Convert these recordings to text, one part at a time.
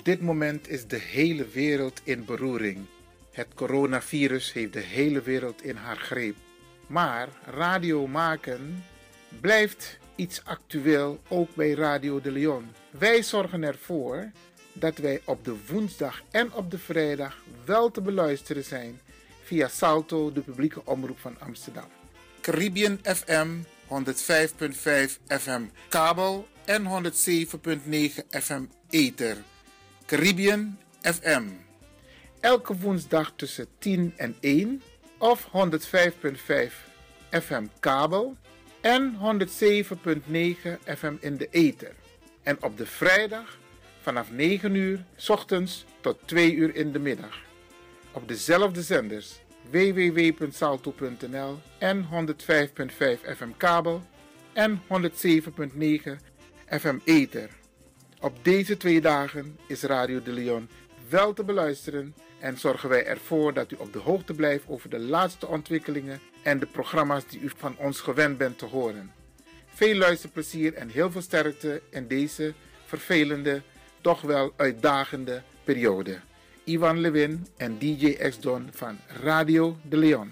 dit moment is de hele wereld in beroering. Het coronavirus heeft de hele wereld in haar greep. Maar radio maken blijft iets actueel, ook bij Radio de Leon. Wij zorgen ervoor dat wij op de woensdag en op de vrijdag wel te beluisteren zijn via Salto, de publieke omroep van Amsterdam. Caribbean FM 105.5 FM kabel en 107.9 FM ether. Caribbean FM. Elke woensdag tussen 10 en 1 of 105.5 FM kabel en 107.9 FM in de ether. En op de vrijdag vanaf 9 uur 's ochtends tot 2 uur in de middag. Op dezelfde zenders www.salto.nl en 105.5 FM kabel en 107.9 FM ether. Op deze 2 dagen is Radio de Leon wel te beluisteren en zorgen wij ervoor dat u op de hoogte blijft over de laatste ontwikkelingen en de programma's die u van ons gewend bent te horen. Veel luisterplezier en heel veel sterkte in deze vervelende, toch wel uitdagende periode. Ivan Lewin en DJ X-Don van Radio de Leon.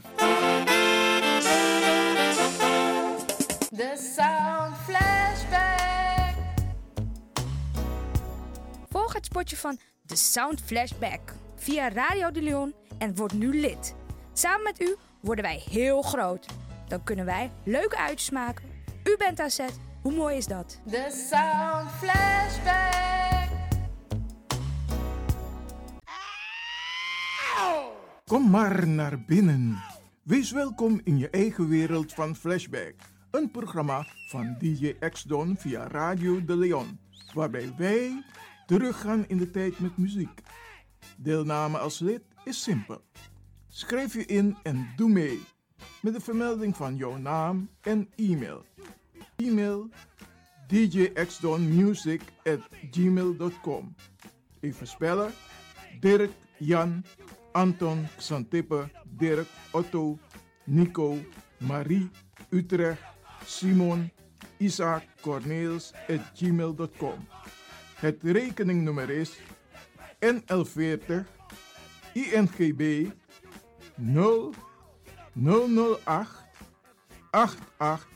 The Sound Flashback. Volg het spotje van The Sound Flashback via Radio de Leon en word nu lid. Samen met u worden wij heel groot. Dan kunnen wij leuke uitjes maken. U bent aan zet. Hoe mooi is dat? The Sound Flashback. Kom maar naar binnen. Wees welkom in je eigen wereld van Flashback. Een programma van DJ X-Don via Radio de Leon. Waarbij wij teruggaan in de tijd met muziek. Deelname als lid is simpel. Schrijf je in en doe mee. Met de vermelding van jouw naam en e-mail. E-mail djxdonmusic@gmail.com. Even spellen. Dirk, Jan, Anton, Xantippe, Dirk, Otto, Nico, Marie, Utrecht, Simon, Isaac, Corneels @gmail.com. Het rekeningnummer is NL40 INGB 0008 88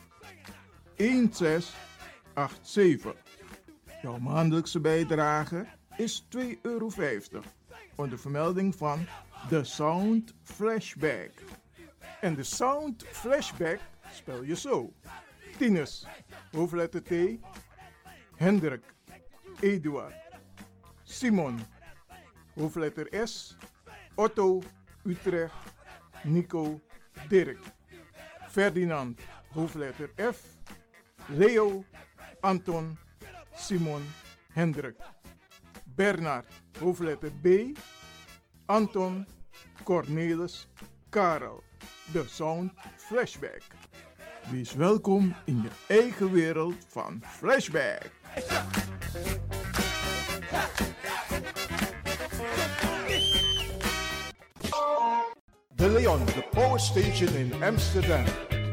1687. Jouw maandelijkse bijdrage is €2,50 onder vermelding van The Sound Flashback. En de Sound Flashback spel je zo: Tinus, hoofdletter T, Hendrik, Eduard, Simon, hoofdletter S, Otto, Utrecht, Nico, Dirk, Ferdinand, hoofdletter F, Leo, Anton, Simon, Hendrik, Bernard, hoofdletter B, Anton, Cornelis, Karel. De Sound Flashback. Wees welkom in je eigen wereld van Flashback. De Leon, de Power Station in Amsterdam.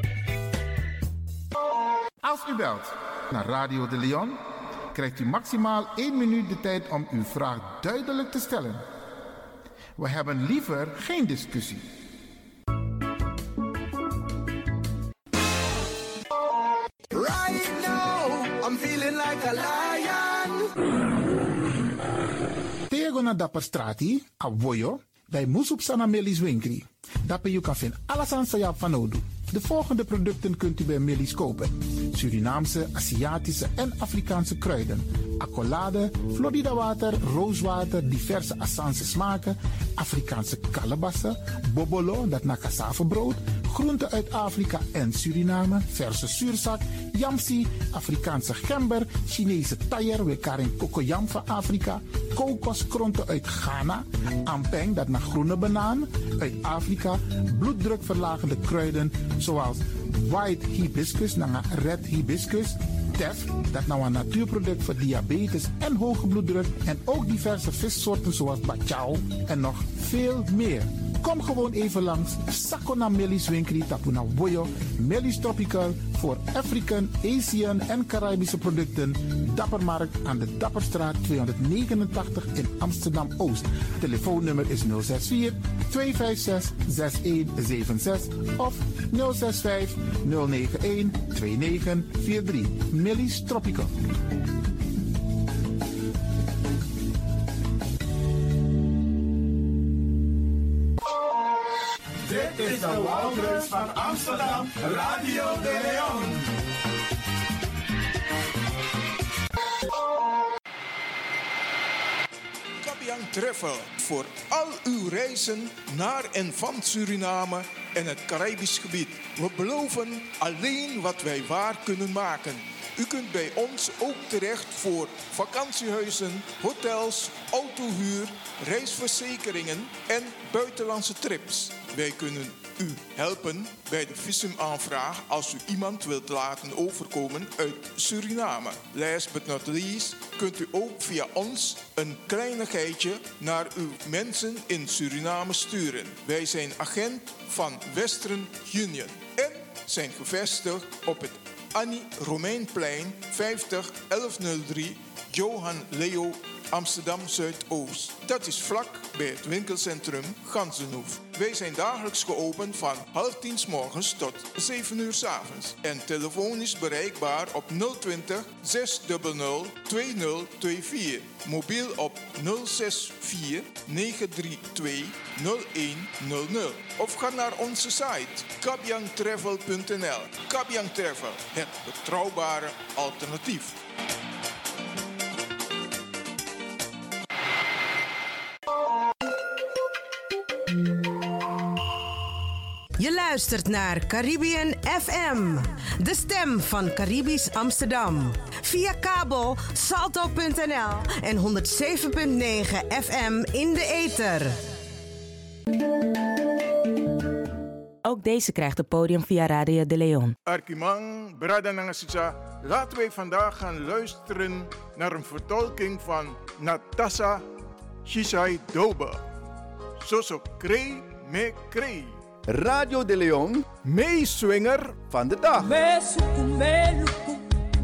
Als u belt naar Radio de Leon, krijgt u maximaal 1 minuut de tijd om uw vraag duidelijk te stellen. We hebben liever geen discussie. Right now, I'm feeling like a lion. Tego na dapper strati, a voyo, dai musup sana Melis Winkri. Dapper you kan vinden alles aan sayap van Odu. De volgende producten kunt u bij Melis kopen: Surinaamse, Aziatische en Afrikaanse kruiden, accolade, Florida water, rooswater, diverse Assange smaken, Afrikaanse kalebassen, bobolo, dat na cassavebrood, groenten uit Afrika en Suriname, verse zuurzak, yamsi, Afrikaanse gember, Chinese taier, wekaring kokoyam van Afrika, kokoskronten uit Ghana, ampeng, dat naar groene banaan, uit Afrika, bloeddrukverlagende kruiden zoals white hibiscus, naar red hibiscus, tef, dat nou een natuurproduct voor diabetes en hoge bloeddruk, en ook diverse vissoorten zoals bachao en nog veel meer. Kom gewoon even langs. Sakona Melis Winkri Tapuna Boyo. Melis Tropical voor African, Asian en Caribische producten. Dappermarkt aan de Dapperstraat 289 in Amsterdam-Oost. Telefoonnummer is 064 256 6176 of 065 091 2943. Melis Tropical. Dit is de Wouders van Amsterdam, Radio de Leon. Kabian Travel voor al uw reizen naar en van Suriname en het Caribisch gebied. We beloven alleen wat wij waar kunnen maken. U kunt bij ons ook terecht voor vakantiehuizen, hotels, autohuur, reisverzekeringen en buitenlandse trips. Wij kunnen u helpen bij de visumaanvraag als u iemand wilt laten overkomen uit Suriname. Last but not least kunt u ook via ons een kleinigheidje naar uw mensen in Suriname sturen. Wij zijn agent van Western Union en zijn gevestigd op het Annie Romeinplein 50 1103 Johan Leo Amsterdam Zuidoost. Dat is vlak bij het winkelcentrum Ganzenhoef. Wij zijn dagelijks geopend van 9:30 's morgens tot 7 uur 's avonds. En telefonisch bereikbaar op 020 600 2024. Mobiel op 064 932 0100. Of ga naar onze site kabyangtravel.nl. Kabyang Travel, het betrouwbare alternatief. Je luistert naar Caribbean FM, de stem van Caribisch Amsterdam. Via kabel salto.nl en 107.9 FM in de ether. Ook deze krijgt het podium via Radio de Leon. Arkimang, Brada Nangasisa, laten wij vandaag gaan luisteren naar een vertolking van Natasha Shisai Dobe. Soso Kree me Kree. Radio de Leon, meeswinger van de dag. Mesukumeluku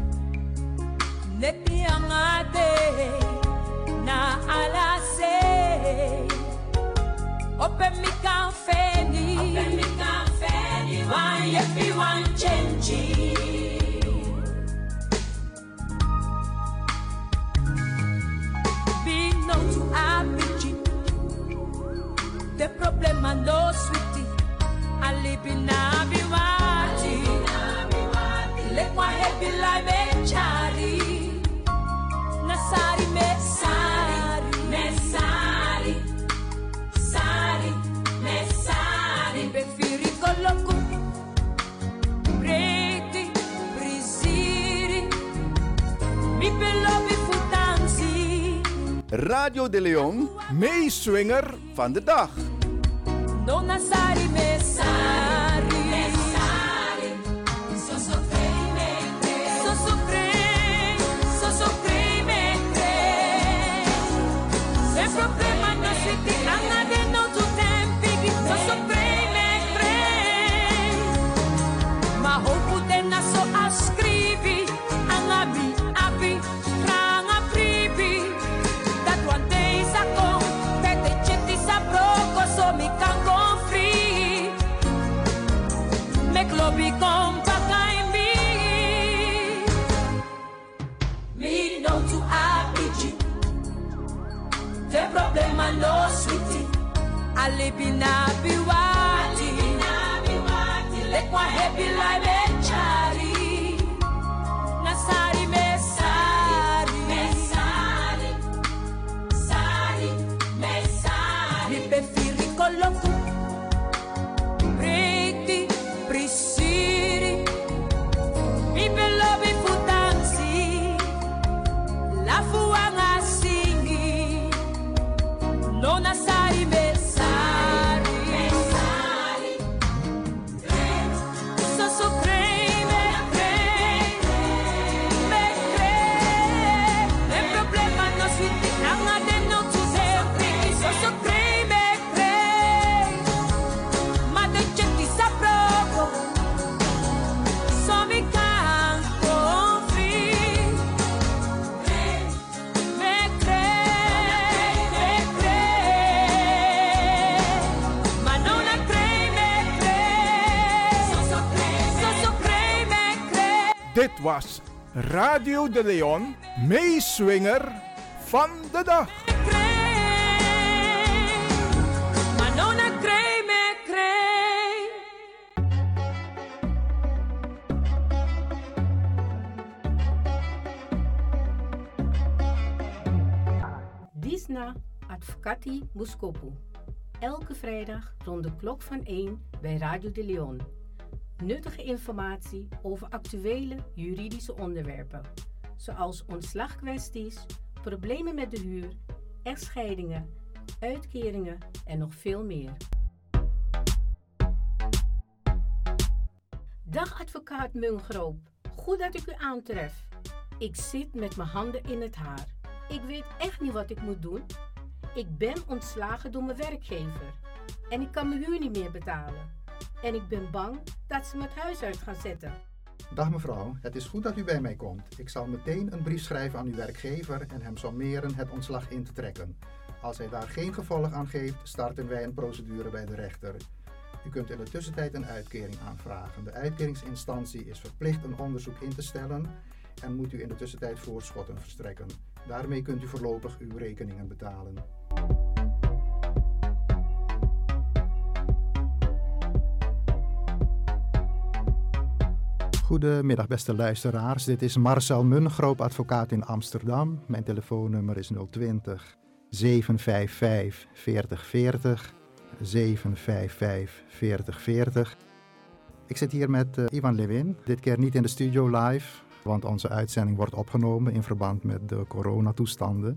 Nepiangade Na alase Open mi kanfeni Wan yepi wan chenji Be no to abiji The problem and no sweetie Alipina biwati Lekwa hebi la mechari Nasari mesari Mesari Befiri koloku Breti Brisiri Mi pelobi futansi Radio de Leon, meeswinger van de dag. No Nasari mesari So creme Se problema no si ti anga de no tu tempi So creme Ma hopu de na so ascrivi Anga mi api Ranga privi That one day sa con Pete cheti sa broco So mi can go free Make lobby come back in me Me no to abiji The problema no sweetie Alipina biwati Lekwa happy life chari Nasari mesari Mi preferi koloku Breti Prisiri Mi belobi futansi La fuanga singi No nasari mesari So Dit was Radio de Leon, meeswinger van de dag. Disna Advocati Boskopu. Elke vrijdag rond de klok van 1 bij Radio de Leon. Nuttige informatie over actuele juridische onderwerpen, zoals ontslagkwesties, problemen met de huur, echtscheidingen, uitkeringen en nog veel meer. Dag advocaat Mungroop, goed dat ik u aantref. Ik zit met mijn handen in het haar. Ik weet echt niet wat ik moet doen. Ik ben ontslagen door mijn werkgever en ik kan mijn huur niet meer betalen. En ik ben bang dat ze me het huis uit gaan zetten. Dag mevrouw, het is goed dat u bij mij komt. Ik zal meteen een brief schrijven aan uw werkgever en hem sommeren het ontslag in te trekken. Als hij daar geen gevolg aan geeft, starten wij een procedure bij de rechter. U kunt in de tussentijd een uitkering aanvragen. De uitkeringsinstantie is verplicht een onderzoek in te stellen en moet u in de tussentijd voorschotten verstrekken. Daarmee kunt u voorlopig uw rekeningen betalen. Goedemiddag beste luisteraars, dit is Marcel Mungroop, advocaat in Amsterdam. Mijn telefoonnummer is 020 755 4040 755 4040. Ik zit hier met Ivan Lewin, dit keer niet in de studio live, want onze uitzending wordt opgenomen in verband met de coronatoestanden.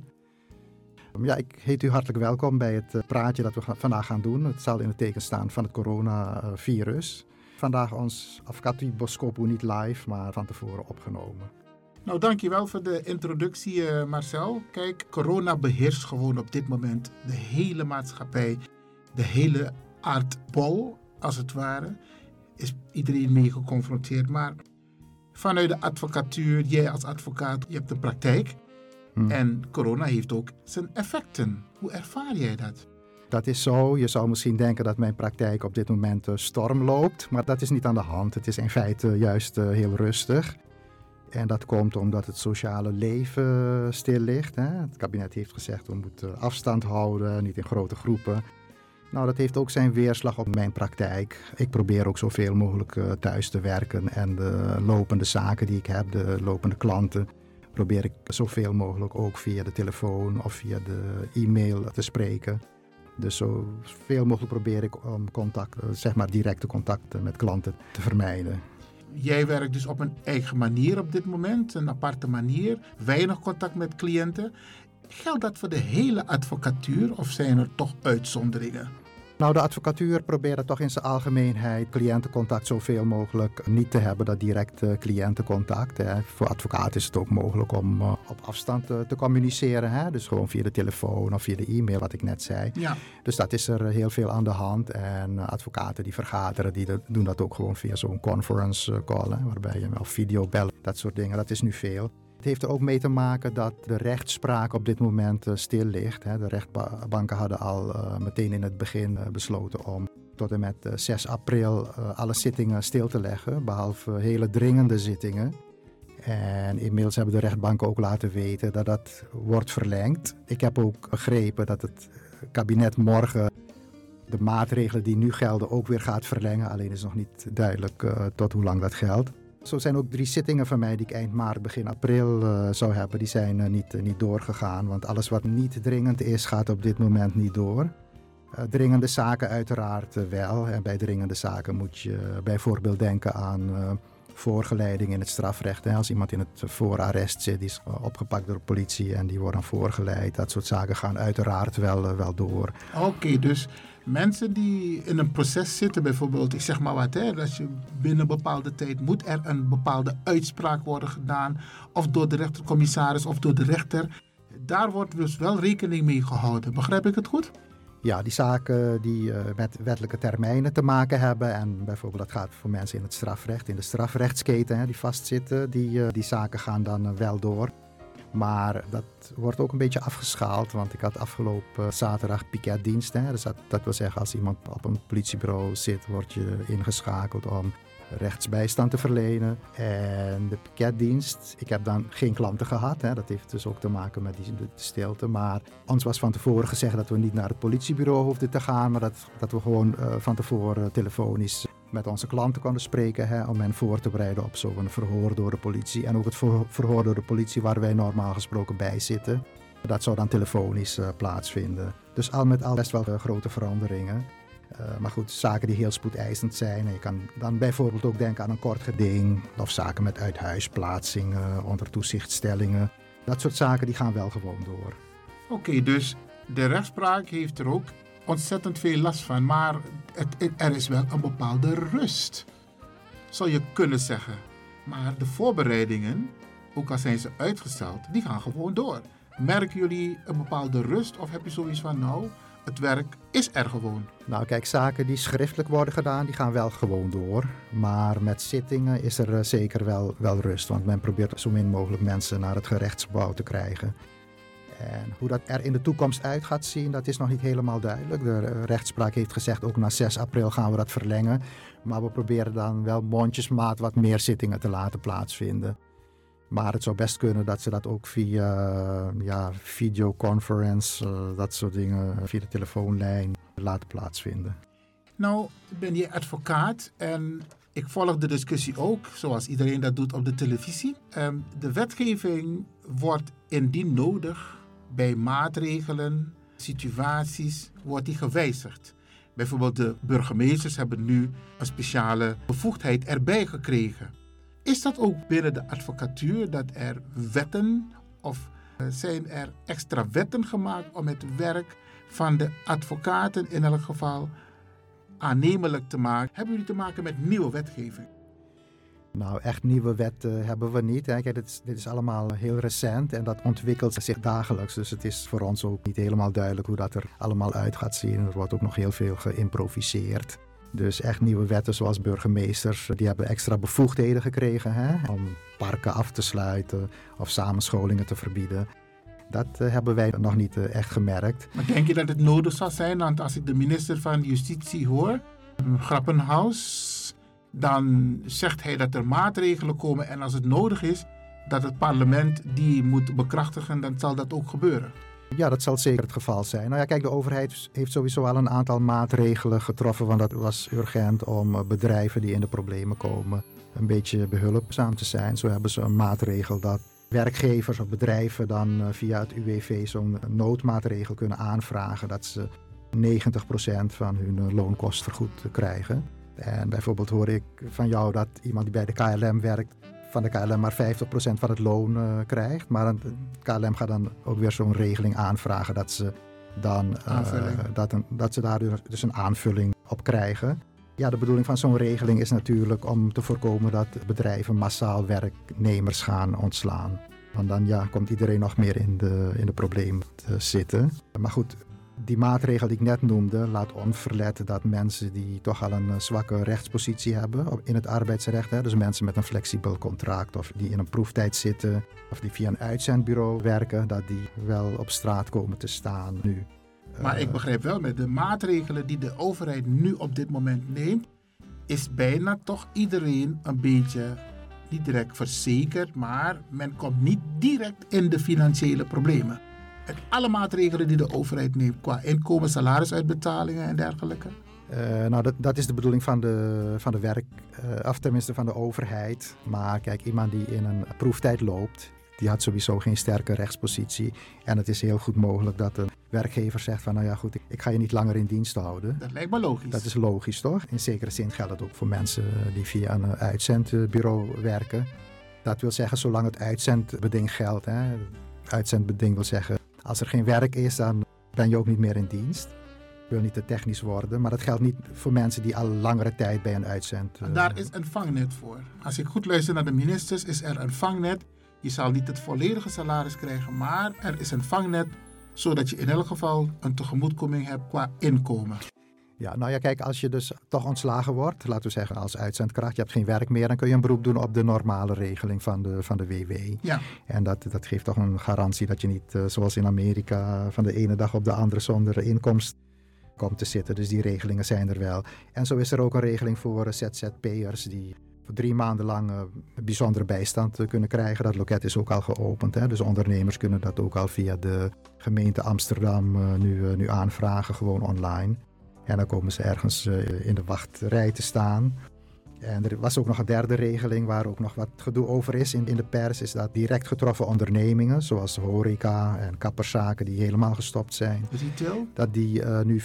Ja, ik heet u hartelijk welkom bij het praatje dat we vandaag gaan doen. Het zal in het teken staan van het coronavirus. Vandaag ons Advocati Boskopu niet live, maar van tevoren opgenomen. Nou, dankjewel voor de introductie, Marcel. Kijk, corona beheerst gewoon op dit moment de hele maatschappij. De hele aardbol, als het ware, is iedereen mee geconfronteerd. Maar vanuit de advocatuur, jij als advocaat, je hebt een praktijk. En corona heeft ook zijn effecten. Hoe ervaar jij dat? Dat is zo. Je zou misschien denken dat mijn praktijk op dit moment storm loopt. Maar dat is niet aan de hand. Het is in feite juist heel rustig. En dat komt omdat het sociale leven stil ligt. Hè? Het kabinet heeft gezegd we moeten afstand houden, niet in grote groepen. Nou, dat heeft ook zijn weerslag op mijn praktijk. Ik probeer ook zoveel mogelijk thuis te werken. En de lopende zaken die ik heb, de lopende klanten, probeer ik zoveel mogelijk ook via de telefoon of via de e-mail te spreken. Dus zoveel mogelijk probeer ik om directe contacten met klanten te vermijden. Jij werkt dus op een eigen manier op dit moment, een aparte manier, weinig contact met cliënten. Geldt dat voor de hele advocatuur of zijn er toch uitzonderingen? Nou, de advocatuur probeert toch in zijn algemeenheid cliëntencontact zoveel mogelijk niet te hebben, dat direct cliëntencontact. Hè. Voor advocaten is het ook mogelijk om op afstand te communiceren. Hè. Dus gewoon via de telefoon of via de e-mail, wat ik net zei. Ja. Dus dat is er heel veel aan de hand. En advocaten die vergaderen, die doen dat ook gewoon via zo'n conference call, hè, waarbij je of videobellen, dat soort dingen. Dat is nu veel. Het heeft er ook mee te maken dat de rechtspraak op dit moment stil ligt. De rechtbanken hadden al meteen in het begin besloten om tot en met 6 april alle zittingen stil te leggen, behalve hele dringende zittingen. En inmiddels hebben de rechtbanken ook laten weten dat dat wordt verlengd. Ik heb ook begrepen dat het kabinet morgen de maatregelen die nu gelden ook weer gaat verlengen. Alleen is nog niet duidelijk tot hoe lang dat geldt. Zo zijn ook 3 zittingen van mij die ik eind maart, begin april zou hebben. Die zijn niet doorgegaan, want alles wat niet dringend is, gaat op dit moment niet door. Dringende zaken uiteraard wel. En bij dringende zaken moet je bijvoorbeeld denken aan voorgeleiding in het strafrecht. Hè. Als iemand in het voorarrest zit, die is opgepakt door de politie en die wordt dan voorgeleid. Dat soort zaken gaan uiteraard wel door. Oké, dus mensen die in een proces zitten, bijvoorbeeld, ik zeg maar wat, hè, dat je binnen een bepaalde tijd moet er een bepaalde uitspraak worden gedaan, of door de rechtercommissaris of door de rechter. Daar wordt dus wel rekening mee gehouden. Begrijp ik het goed? Ja, die zaken die met wettelijke termijnen te maken hebben. En bijvoorbeeld dat gaat voor mensen in het strafrecht, in de strafrechtsketen, die vastzitten. Die zaken gaan dan wel door. Maar dat wordt ook een beetje afgeschaald, want ik had afgelopen zaterdag piketdienst. Dus dat wil zeggen, als iemand op een politiebureau zit, word je ingeschakeld om rechtsbijstand te verlenen. En de piketdienst, ik heb dan geen klanten gehad. Hè. Dat heeft dus ook te maken met de stilte. Maar ons was van tevoren gezegd dat we niet naar het politiebureau hoefden te gaan. Maar dat we gewoon van tevoren telefonisch met onze klanten konden spreken. Hè, om hen voor te bereiden op zo'n verhoor door de politie. En ook het verhoor door de politie waar wij normaal gesproken bij zitten. Dat zou dan telefonisch plaatsvinden. Dus al met al best wel grote veranderingen. Maar goed, zaken die heel spoedeisend zijn. En je kan dan bijvoorbeeld ook denken aan een kort geding. Of zaken met uithuisplaatsingen, onder toezichtstellingen. Dat soort zaken die gaan wel gewoon door. Oké, dus de rechtspraak heeft er ook ontzettend veel last van. Maar er is wel een bepaalde rust, zou je kunnen zeggen. Maar de voorbereidingen, ook al zijn ze uitgesteld, die gaan gewoon door. Merken jullie een bepaalde rust of heb je zoiets van nou, het werk is er gewoon? Nou kijk, zaken die schriftelijk worden gedaan, die gaan wel gewoon door. Maar met zittingen is er zeker wel rust. Want men probeert zo min mogelijk mensen naar het gerechtsgebouw te krijgen. En hoe dat er in de toekomst uit gaat zien, dat is nog niet helemaal duidelijk. De rechtspraak heeft gezegd, ook na 6 april gaan we dat verlengen. Maar we proberen dan wel mondjesmaat wat meer zittingen te laten plaatsvinden. Maar het zou best kunnen dat ze dat ook via videoconference, dat soort dingen, via de telefoonlijn laten plaatsvinden. Nou, ben je advocaat en ik volg de discussie ook, zoals iedereen dat doet op de televisie. De wetgeving wordt indien nodig bij maatregelen, situaties, wordt die gewijzigd. Bijvoorbeeld de burgemeesters hebben nu een speciale bevoegdheid erbij gekregen. Is dat ook binnen de advocatuur dat er wetten of zijn er extra wetten gemaakt om het werk van de advocaten in elk geval aannemelijk te maken? Hebben jullie te maken met nieuwe wetgeving? Nou, echt nieuwe wetten hebben we niet. Hè. Kijk, dit is allemaal heel recent en dat ontwikkelt zich dagelijks. Dus het is voor ons ook niet helemaal duidelijk hoe dat er allemaal uit gaat zien. Er wordt ook nog heel veel geïmproviseerd. Dus echt nieuwe wetten zoals burgemeesters, die hebben extra bevoegdheden gekregen, hè, om parken af te sluiten of samenscholingen te verbieden. Dat hebben wij nog niet echt gemerkt. Maar denk je dat het nodig zal zijn? Want als ik de minister van Justitie hoor, Grappenhaus, dan zegt hij dat er maatregelen komen en als het nodig is dat het parlement die moet bekrachtigen, dan zal dat ook gebeuren. Ja, dat zal zeker het geval zijn. Nou ja, kijk, de overheid heeft sowieso al een aantal maatregelen getroffen, want dat was urgent om bedrijven die in de problemen komen een beetje behulpzaam te zijn. Zo hebben ze een maatregel dat werkgevers of bedrijven dan via het UWV zo'n noodmaatregel kunnen aanvragen dat ze 90% van hun loonkosten vergoed krijgen. En bijvoorbeeld hoor ik van jou dat iemand die bij de KLM werkt van de KLM maar 50% van het loon krijgt. Maar de KLM gaat dan ook weer zo'n regeling aanvragen dat ze dan dat ze daar dus een aanvulling op krijgen. Ja, de bedoeling van zo'n regeling is natuurlijk om te voorkomen dat bedrijven massaal werknemers gaan ontslaan. Want dan komt iedereen nog meer in de problemen te zitten. Maar goed, die maatregel die ik net noemde laat onverlet dat mensen die toch al een zwakke rechtspositie hebben in het arbeidsrecht, hè, dus mensen met een flexibel contract of die in een proeftijd zitten of die via een uitzendbureau werken, dat die wel op straat komen te staan nu. Maar ik begrijp wel, met de maatregelen die de overheid nu op dit moment neemt, is bijna toch iedereen een beetje, niet direct verzekerd, maar men komt niet direct in de financiële problemen. Met alle maatregelen die de overheid neemt qua inkomen, salarisuitbetalingen en dergelijke? Nou, dat is de bedoeling van de werk, of tenminste van de overheid. Maar kijk, iemand die in een proeftijd loopt, die had sowieso geen sterke rechtspositie. En het is heel goed mogelijk dat een werkgever zegt van, nou ja goed, ik ga je niet langer in dienst houden. Dat lijkt me logisch. Dat is logisch, toch? In zekere zin geldt het ook voor mensen die via een uitzendbureau werken. Dat wil zeggen, zolang het uitzendbeding geldt, hè. Uitzendbeding wil zeggen, als er geen werk is, dan ben je ook niet meer in dienst. Ik wil niet te technisch worden, maar dat geldt niet voor mensen die al langere tijd bij een uitzend... Daar is een vangnet voor. Als ik goed luister naar de ministers, is er een vangnet. Je zal niet het volledige salaris krijgen, maar er is een vangnet, zodat je in elk geval een tegemoetkoming hebt qua inkomen. Ja, nou ja, kijk, als je dus toch ontslagen wordt, laten we zeggen als uitzendkracht, je hebt geen werk meer, dan kun je een beroep doen op de normale regeling van de WW. Ja. En dat geeft toch een garantie dat je niet, zoals in Amerika, van de ene dag op de andere zonder inkomst komt te zitten. Dus die regelingen zijn er wel. En zo is er ook een regeling voor ZZP'ers die voor 3 maanden lang bijzondere bijstand kunnen krijgen. Dat loket is ook al geopend. Hè? Dus ondernemers kunnen dat ook al via de gemeente Amsterdam nu aanvragen, gewoon online. En dan komen ze ergens in de wachtrij te staan. En er was ook nog een derde regeling waar ook nog wat gedoe over is in de pers. Is dat direct getroffen ondernemingen, zoals horeca en kapperszaken die helemaal gestopt zijn. Retail? Dat die nu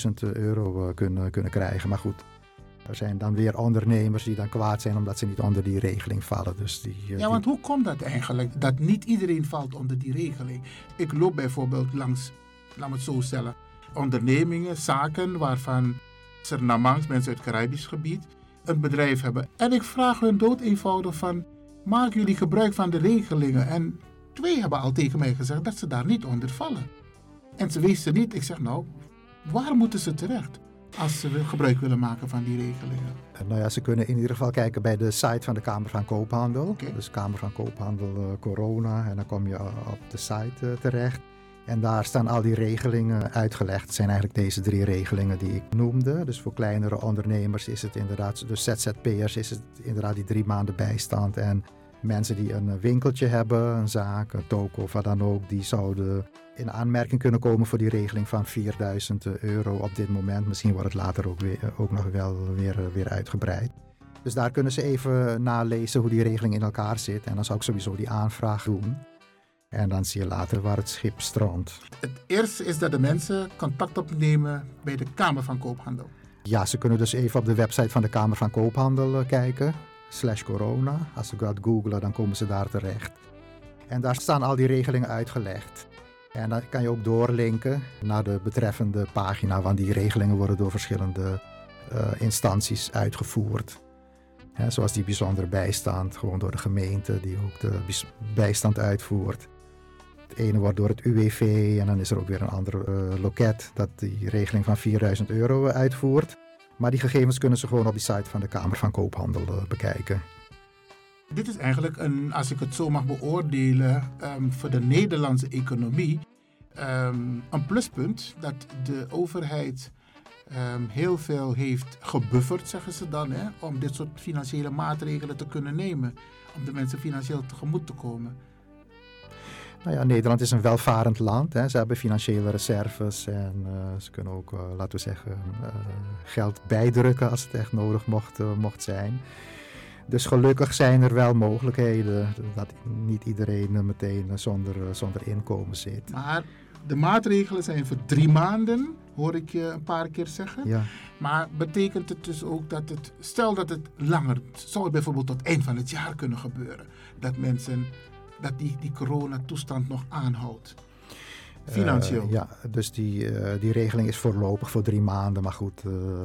€4.000 kunnen krijgen. Maar goed, er zijn dan weer ondernemers die dan kwaad zijn omdat ze niet onder die regeling vallen. Dus want hoe komt dat eigenlijk? Dat niet iedereen valt onder die regeling. Ik loop bijvoorbeeld langs, laat me het zo stellen, ondernemingen, zaken waarvan Surinamangs, mensen uit het Caribisch gebied, een bedrijf hebben. En ik vraag hun dood eenvoudig van, maken jullie gebruik van de regelingen? En 2 hebben al tegen mij gezegd dat ze daar niet onder vallen. En ze wisten niet. Ik zeg nou, waar moeten ze terecht als ze gebruik willen maken van die regelingen? Nou ja, ze kunnen in ieder geval kijken bij de site van de Kamer van Koophandel. Okay. Dus Kamer van Koophandel Corona. En dan kom je op de site terecht. En daar staan al die regelingen uitgelegd. Het zijn eigenlijk deze 3 regelingen die ik noemde. Dus voor kleinere ondernemers is het inderdaad, dus ZZP'ers is het inderdaad die 3 maanden bijstand. En mensen die een winkeltje hebben, een zaak, een toko of wat dan ook, die zouden in aanmerking kunnen komen voor die regeling van €4.000 op dit moment. Misschien wordt het later ook nog wel weer uitgebreid. Dus daar kunnen ze even nalezen hoe die regeling in elkaar zit. En dan zou ik sowieso die aanvraag doen. En dan zie je later waar het schip strandt. Het eerste is dat de mensen contact opnemen bij de Kamer van Koophandel. Ja, ze kunnen dus even op de website van de Kamer van Koophandel kijken. /corona. Als ze dat googlen, dan komen ze daar terecht. En daar staan al die regelingen uitgelegd. En dan kan je ook doorlinken naar de betreffende pagina, want die regelingen worden door verschillende instanties uitgevoerd. Ja, zoals die bijzondere bijstand, gewoon door de gemeente die ook de bijstand uitvoert. Het ene wordt door het UWV en dan is er ook weer een ander loket dat die regeling van €4.000 uitvoert. Maar die gegevens kunnen ze gewoon op die site van de Kamer van Koophandel bekijken. Dit is eigenlijk als ik het zo mag beoordelen, voor de Nederlandse economie een pluspunt dat de overheid heel veel heeft gebufferd, zeggen ze dan, om dit soort financiële maatregelen te kunnen nemen. Om de mensen financieel tegemoet te komen. Nou ja, Nederland is een welvarend land. Hè. Ze hebben financiële reserves en ze kunnen ook, laten we zeggen, geld bijdrukken als het echt nodig mocht zijn. Dus gelukkig zijn er wel mogelijkheden dat niet iedereen meteen zonder inkomen zit. Maar de maatregelen zijn voor 3 maanden, hoor ik je een paar keer zeggen. Ja. Maar betekent het dus ook dat stel dat het langer, zou het bijvoorbeeld tot eind van het jaar kunnen gebeuren, dat die coronatoestand nog aanhoudt? Financieel. Ja, dus die regeling is voorlopig voor 3 maanden. Maar goed,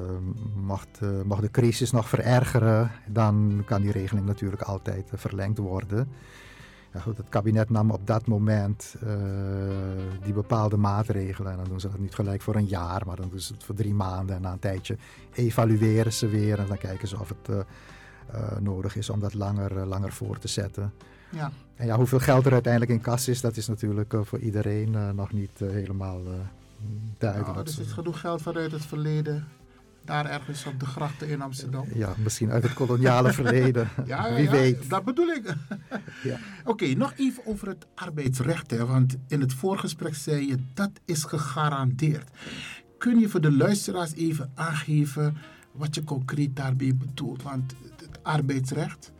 mocht de crisis nog verergeren, dan kan die regeling natuurlijk altijd verlengd worden. Ja, goed, het kabinet nam op dat moment die bepaalde maatregelen. En dan doen ze dat niet gelijk voor een jaar, maar dan doen ze het voor 3 maanden. En na een tijdje evalueren ze weer en dan kijken ze of het nodig is om dat langer voor te zetten. Ja. En ja, hoeveel geld er uiteindelijk in kas is, dat is natuurlijk voor iedereen nog niet helemaal duidelijk. Nou, dus is genoeg geld vanuit het verleden, daar ergens op de grachten in Amsterdam. Ja, misschien uit het koloniale verleden. Wie weet. Dat bedoel ik. Ja. Oké, nog even over het arbeidsrecht. Hè, want in het voorgesprek zei je, dat is gegarandeerd. Kun je voor de luisteraars even aangeven wat je concreet daarbij bedoelt? Want het arbeidsrecht,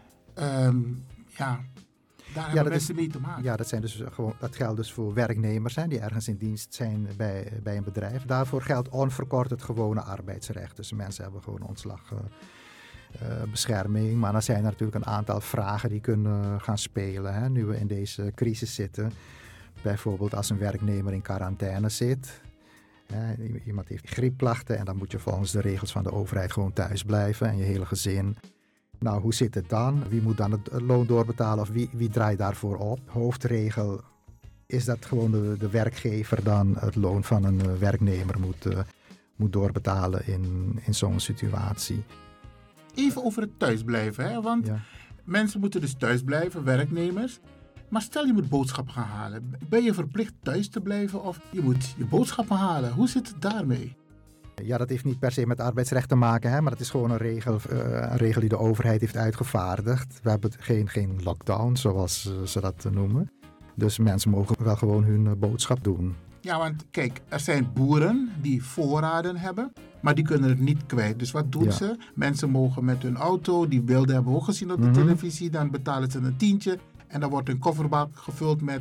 daar hebben mensen mee te maken. Ja, dat geldt dus voor werknemers die ergens in dienst zijn bij een bedrijf. Daarvoor geldt onverkort het gewone arbeidsrecht. Dus mensen hebben gewoon ontslagbescherming. Maar dan zijn er natuurlijk een aantal vragen die kunnen gaan spelen nu we in deze crisis zitten. Bijvoorbeeld als een werknemer in quarantaine zit. Iemand heeft griepklachten en dan moet je volgens de regels van de overheid gewoon thuis blijven en je hele gezin. Nou, hoe zit het dan? Wie moet dan het loon doorbetalen of wie draait daarvoor op? Hoofdregel is dat gewoon de werkgever dan het loon van een werknemer moet doorbetalen in zo'n situatie. Even over het thuisblijven, want mensen moeten dus thuisblijven, werknemers. Maar stel je moet boodschappen gaan halen. Ben je verplicht thuis te blijven of je moet je boodschappen halen? Hoe zit het daarmee? Ja, dat heeft niet per se met arbeidsrecht te maken, hè, maar dat is gewoon een regel die de overheid heeft uitgevaardigd. We hebben geen lockdown, zoals ze dat noemen. Dus mensen mogen wel gewoon hun boodschap doen. Ja, want kijk, er zijn boeren die voorraden hebben, maar die kunnen het niet kwijt. Dus wat doen ze? Mensen mogen met hun auto, die beelden hebben we ook gezien op de televisie, dan betalen ze een tientje en dan wordt hun kofferbak gevuld met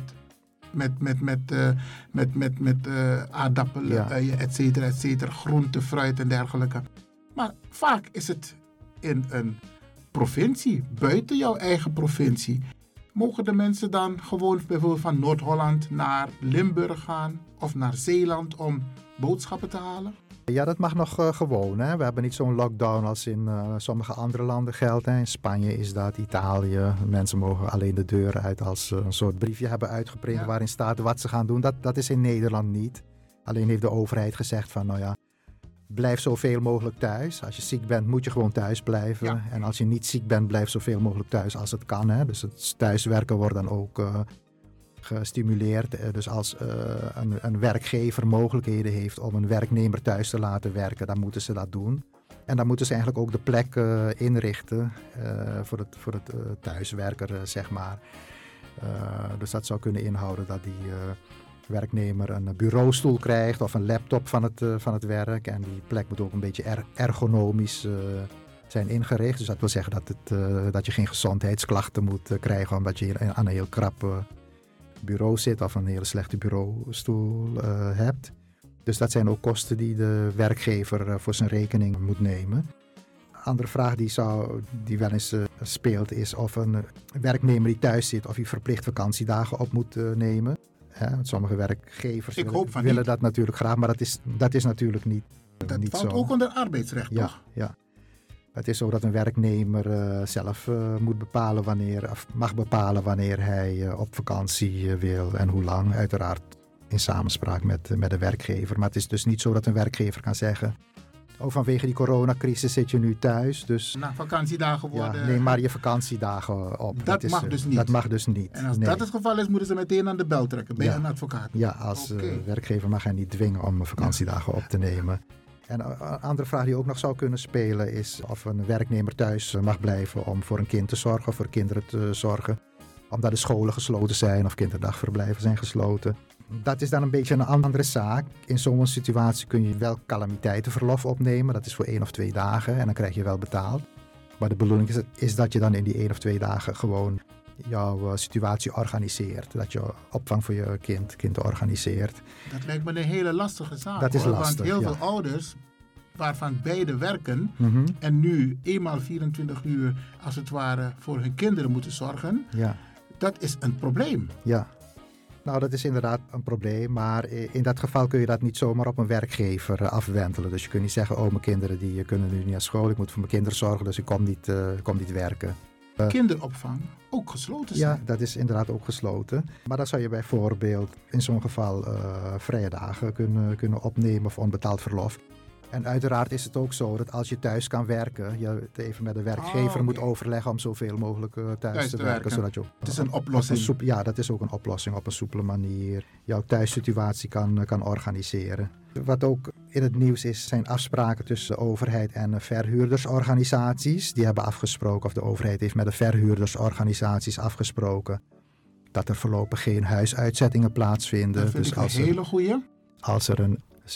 aardappelen, uien, et cetera, groente, fruit en dergelijke. Maar vaak is het in een provincie, buiten jouw eigen provincie. Mogen de mensen dan gewoon bijvoorbeeld van Noord-Holland naar Limburg gaan of naar Zeeland om boodschappen te halen? Ja, dat mag nog gewoon. Hè. We hebben niet zo'n lockdown als in sommige andere landen geldt. Hè. In Spanje is dat, Italië. Mensen mogen alleen de deuren uit als ze een soort briefje hebben uitgeprint waarin staat wat ze gaan doen. Dat is in Nederland niet. Alleen heeft de overheid gezegd van blijf zoveel mogelijk thuis. Als je ziek bent moet je gewoon thuis blijven. Ja. En als je niet ziek bent blijf zoveel mogelijk thuis als het kan. Hè. Dus het thuiswerken wordt dan ook gestimuleerd. Dus als een werkgever mogelijkheden heeft om een werknemer thuis te laten werken, dan moeten ze dat doen. En dan moeten ze eigenlijk ook de plek inrichten voor het thuiswerker, zeg maar. Dus dat zou kunnen inhouden dat die werknemer een bureaustoel krijgt of een laptop van het werk. En die plek moet ook een beetje ergonomisch zijn ingericht. Dus dat wil zeggen dat je geen gezondheidsklachten moet krijgen omdat je aan een heel krap bureau zit of een hele slechte bureaustoel hebt. Dus dat zijn ook kosten die de werkgever voor zijn rekening moet nemen. Een andere vraag die wel eens speelt is of een werknemer die thuis zit of hij verplicht vakantiedagen op moet nemen. Sommige werkgevers willen dat natuurlijk graag, maar dat is natuurlijk niet dat niet valt zo. Ook onder arbeidsrecht, toch? Ja. Het is zo dat een werknemer zelf mag bepalen wanneer hij op vakantie wil en hoe lang. Uiteraard in samenspraak met de werkgever. Maar het is dus niet zo dat een werkgever kan zeggen: vanwege die coronacrisis zit je nu thuis. Dus vakantiedagen worden. Neem maar je vakantiedagen op. Dat mag dus niet. Dat mag dus niet. En als dat het geval is, moeten ze meteen aan de bel trekken bij een advocaat. Ja, als werkgever mag hij niet dwingen om vakantiedagen op te nemen. En een andere vraag die ook nog zou kunnen spelen is of een werknemer thuis mag blijven om voor een kind te zorgen, voor kinderen te zorgen. Omdat de scholen gesloten zijn of kinderdagverblijven zijn gesloten. Dat is dan een beetje een andere zaak. In zo'n situatie kun je wel calamiteitenverlof opnemen. Dat is voor 1 of 2 dagen en dan krijg je wel betaald. Maar de bedoeling is dat je dan in die 1 of 2 dagen gewoon jouw situatie organiseert. Dat je opvang voor je kind organiseert. Dat lijkt me een hele lastige zaak. Dat is lastig, want heel veel ouders, waarvan beide werken en nu eenmaal 24 uur als het ware voor hun kinderen moeten zorgen. Ja. Dat is een probleem. Ja. Nou, dat is inderdaad een probleem, maar in dat geval kun je dat niet zomaar op een werkgever afwentelen. Dus je kunt niet zeggen, mijn kinderen die kunnen nu niet naar school, ik moet voor mijn kinderen zorgen, dus ik kom niet werken. Kinderopvang ook gesloten zijn? Ja, dat is inderdaad ook gesloten. Maar dan zou je bijvoorbeeld in zo'n geval vrije dagen kunnen opnemen of onbetaald verlof. En uiteraard is het ook zo dat als je thuis kan werken, je het even met de werkgever moet overleggen om zoveel mogelijk thuis te werken. Zodat je het is een oplossing. Ja, dat is ook een oplossing op een soepele manier. Jouw thuissituatie kan organiseren. Wat ook in het nieuws is, zijn afspraken tussen de overheid en verhuurdersorganisaties. Die hebben afgesproken, of de overheid heeft met de verhuurdersorganisaties afgesproken, dat er voorlopig geen huisuitzettingen plaatsvinden. Dat vind ik een hele goeie. Als er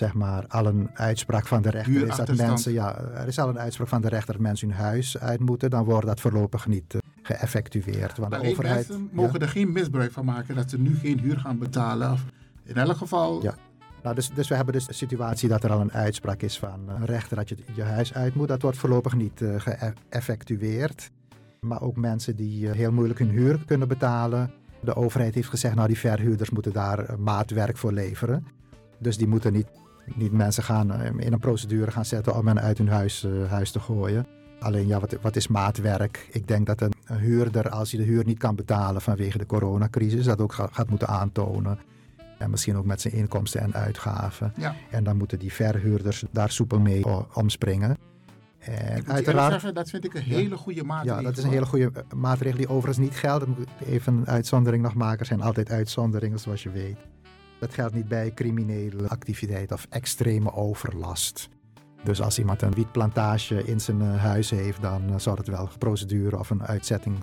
al een uitspraak van de rechter is dat mensen, er is al een uitspraak van de rechter dat mensen hun huis uit moeten, dan wordt dat voorlopig niet geëffectueerd. Want de overheid mensen mogen er geen misbruik van maken dat ze nu geen huur gaan betalen. Of in elk geval. Ja. Nou, dus we hebben dus de situatie dat er al een uitspraak is van een rechter dat je huis uit moet. Dat wordt voorlopig niet geëffectueerd. Maar ook mensen die heel moeilijk hun huur kunnen betalen. De overheid heeft gezegd, die verhuurders moeten daar maatwerk voor leveren. Dus die moeten niet mensen in een procedure gaan zetten om hen uit hun huis te gooien. Alleen wat is maatwerk? Ik denk dat een huurder, als hij de huur niet kan betalen vanwege de coronacrisis, dat ook gaat moeten aantonen. En misschien ook met zijn inkomsten en uitgaven. Ja. En dan moeten die verhuurders daar soepel mee omspringen. En uiteraard zeggen, dat vind ik een hele goede maatregel. Ja, dat is een hele goede maatregel die overigens niet geldt. Ik moet even een uitzondering nog maken. Er zijn altijd uitzonderingen, zoals je weet. Dat geldt niet bij criminele activiteit of extreme overlast. Dus als iemand een wietplantage in zijn huis heeft, dan zou het wel een procedure of een uitzetting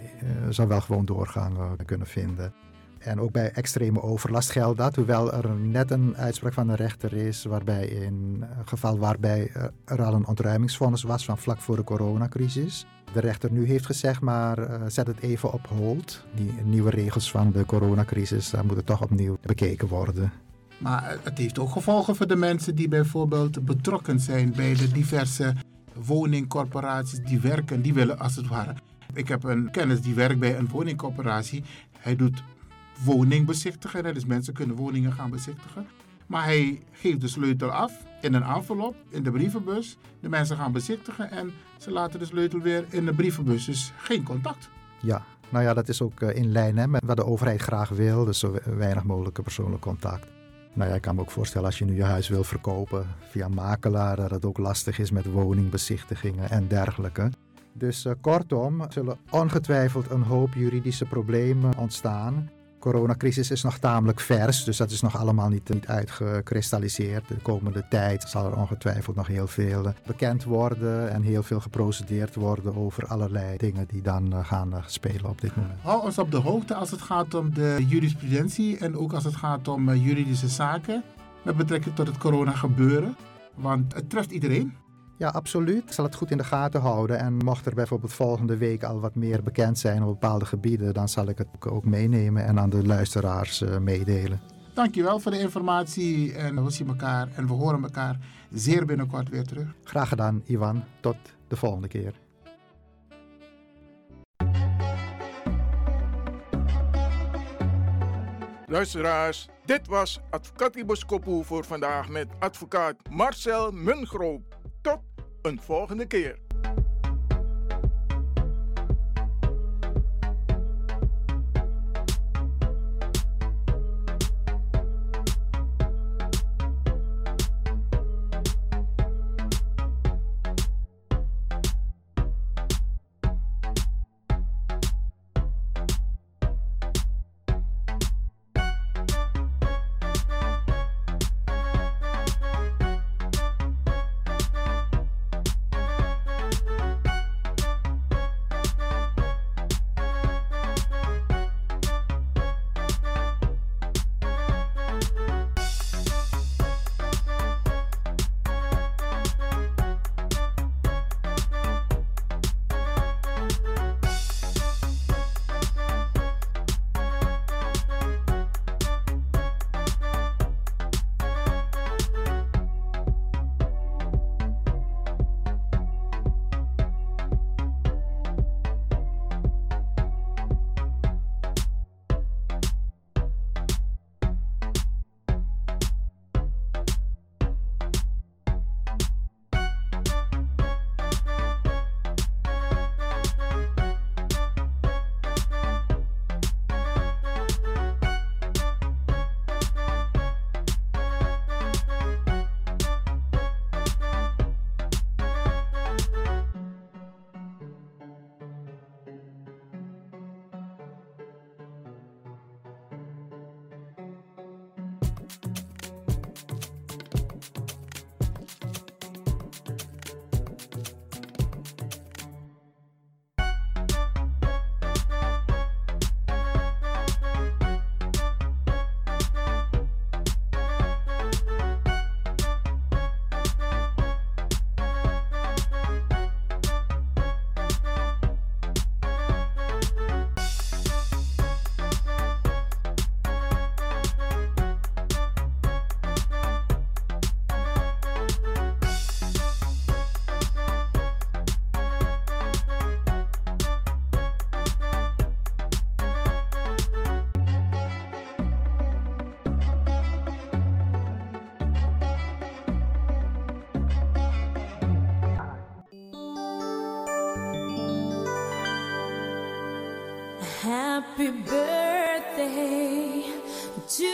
zou wel gewoon doorgang kunnen vinden. En ook bij extreme overlast geldt dat, hoewel er net een uitspraak van de rechter is, waarbij in een geval waarbij er al een ontruimingsvonnis was van vlak voor de coronacrisis. De rechter nu heeft gezegd, maar zet het even op hold. Die nieuwe regels van de coronacrisis, daar moeten toch opnieuw bekeken worden. Maar het heeft ook gevolgen voor de mensen die bijvoorbeeld betrokken zijn bij de diverse woningcorporaties die werken. Die willen als het ware. Ik heb een kennis die werkt bij een woningcorporatie. Hij doet woningbezichtigen, dus mensen kunnen woningen gaan bezichtigen. Maar hij geeft de sleutel af in een envelop, in de brievenbus. De mensen gaan bezichtigen en ze laten de sleutel weer in de brievenbus. Dus geen contact. Ja, nou ja, dat is ook in lijn met wat de overheid graag wil. Dus zo weinig mogelijke persoonlijk contact. Nou ja, ik kan me ook voorstellen als je nu je huis wil verkopen via makelaar, dat het ook lastig is met woningbezichtigingen en dergelijke. Dus kortom, er zullen ongetwijfeld een hoop juridische problemen ontstaan. De coronacrisis is nog tamelijk vers, dus dat is nog allemaal niet uitgekristalliseerd. De komende tijd zal er ongetwijfeld nog heel veel bekend worden en heel veel geprocedeerd worden over allerlei dingen die dan gaan spelen op dit moment. Hou ons op de hoogte als het gaat om de jurisprudentie en ook als het gaat om juridische zaken met betrekking tot het corona gebeuren, want het treft iedereen. Ja, absoluut. Ik zal het goed in de gaten houden. En mocht er bijvoorbeeld volgende week al wat meer bekend zijn op bepaalde gebieden, dan zal ik het ook meenemen en aan de luisteraars meedelen. Dankjewel voor de informatie en we zien elkaar en we horen elkaar zeer binnenkort weer terug. Graag gedaan, Ivan. Tot de volgende keer. Luisteraars, dit was Advocati Boskopu voor vandaag met advocaat Marcel Mungroop. Tot een volgende keer. Happy birthday to